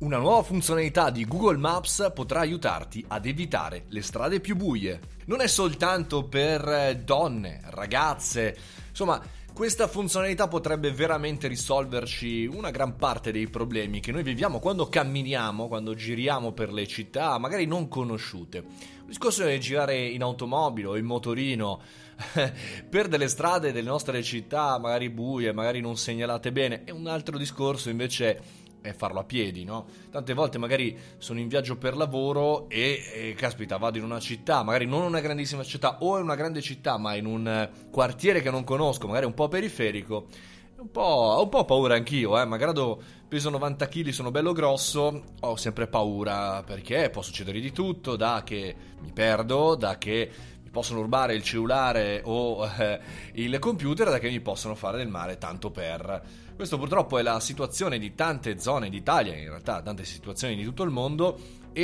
Una nuova funzionalità di Google Maps potrà aiutarti ad evitare le strade più buie. Non è soltanto per donne, ragazze, insomma, questa funzionalità potrebbe veramente risolverci una gran parte dei problemi che noi viviamo quando camminiamo, quando giriamo per le città, magari non conosciute. Il discorso è girare in automobile o in motorino per delle strade delle nostre città magari buie, magari non segnalate bene, e un altro discorso invece è farlo a piedi, no? Tante volte magari sono in viaggio per lavoro e caspita, vado in una città, magari non una grandissima città o in una grande città, ma in un quartiere che non conosco, magari un po' periferico. Ho un po' paura anch'io, malgrado peso 90 kg, sono bello grosso, ho sempre paura perché può succedere di tutto, da che mi perdo, da che mi possono rubare il cellulare o il computer, da che mi possono fare del male tanto per. Questo purtroppo è la situazione di tante zone d'Italia, in realtà tante situazioni di tutto il mondo,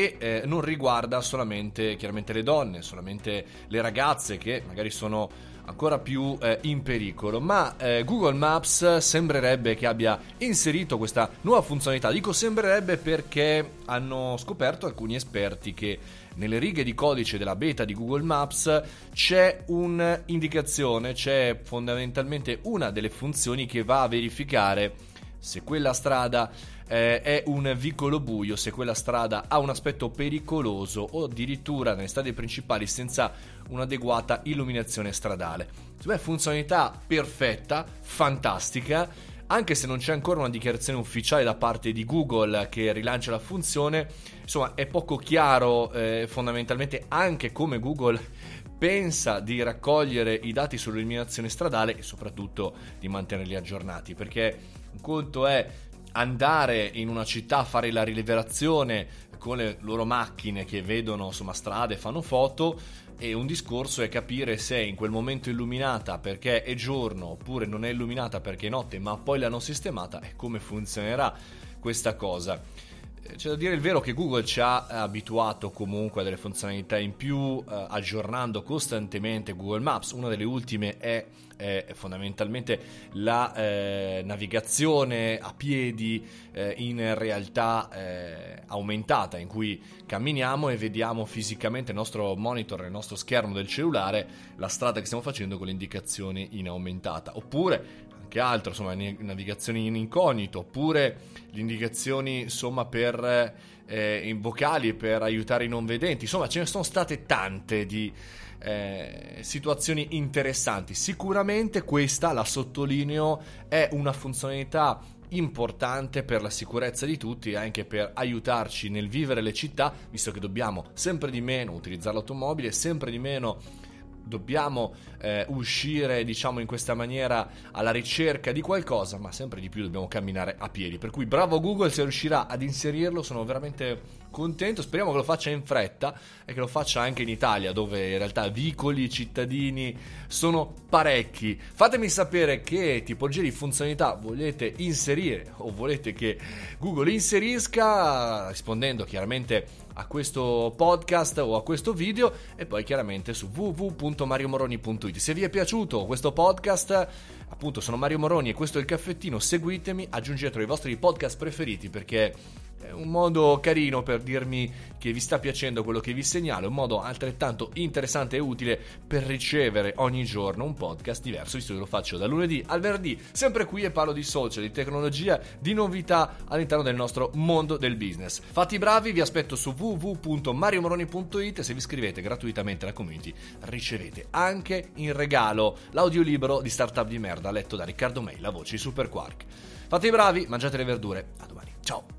e non riguarda solamente chiaramente le donne, solamente le ragazze che magari sono ancora più in pericolo, ma Google Maps sembrerebbe che abbia inserito questa nuova funzionalità. Dico sembrerebbe perché hanno scoperto alcuni esperti che nelle righe di codice della beta di Google Maps c'è un'indicazione, c'è fondamentalmente una delle funzioni che va a verificare se quella strada è un vicolo buio, se quella strada ha un aspetto pericoloso o addirittura nelle strade principali senza un'adeguata illuminazione stradale. Secondo me funzionalità perfetta, fantastica, anche se non c'è ancora una dichiarazione ufficiale da parte di Google che rilancia la funzione. Insomma, è poco chiaro fondamentalmente anche come Google pensa di raccogliere i dati sull'illuminazione stradale e soprattutto di mantenerli aggiornati, perché un conto è andare in una città a fare la rilevazione con le loro macchine che vedono insomma strade, fanno foto, e un discorso è capire se in quel momento è illuminata perché è giorno oppure non è illuminata perché è notte, ma poi l'hanno sistemata, e come funzionerà questa cosa. C'è da dire il vero che Google ci ha abituato comunque a delle funzionalità in più, aggiornando costantemente Google Maps. Una delle ultime è fondamentalmente la navigazione a piedi in realtà aumentata, in cui camminiamo e vediamo fisicamente il nostro monitor, il nostro schermo del cellulare, la strada che stiamo facendo con le indicazioni in aumentata, oppure che altro, insomma, navigazioni in incognito, oppure le indicazioni insomma per in vocali per aiutare i non vedenti. Insomma, ce ne sono state tante di situazioni interessanti. Sicuramente questa, la sottolineo, è una funzionalità importante per la sicurezza di tutti e anche per aiutarci nel vivere le città, visto che dobbiamo sempre di meno utilizzare l'automobile, sempre di meno dobbiamo uscire, diciamo, in questa maniera alla ricerca di qualcosa, ma sempre di più dobbiamo camminare a piedi. Per cui bravo Google se riuscirà ad inserirlo, sono veramente contento. Speriamo che lo faccia in fretta e che lo faccia anche in Italia, dove in realtà vicoli cittadini sono parecchi. Fatemi sapere che tipologia di funzionalità volete inserire o volete che Google inserisca, rispondendo chiaramente a questo podcast o a questo video, e poi chiaramente su www.mariomoroni.it. Se vi è piaciuto questo podcast, appunto, sono Mario Moroni e questo è il caffettino, seguitemi, aggiungetelo ai vostri podcast preferiti, perché è un modo carino per dirmi che vi sta piacendo quello che vi segnalo, è un modo altrettanto interessante e utile per ricevere ogni giorno un podcast diverso, visto che lo faccio da lunedì al venerdì, sempre qui, e parlo di social, di tecnologia, di novità all'interno del nostro mondo del business. Fate i bravi, vi aspetto su www.mariomoroni.it, e se vi iscrivete gratuitamente alla community ricevete anche in regalo l'audiolibro di Startup di merda letto da Riccardo May, la voce di Super Quark. Fate i bravi, mangiate le verdure, a domani, ciao!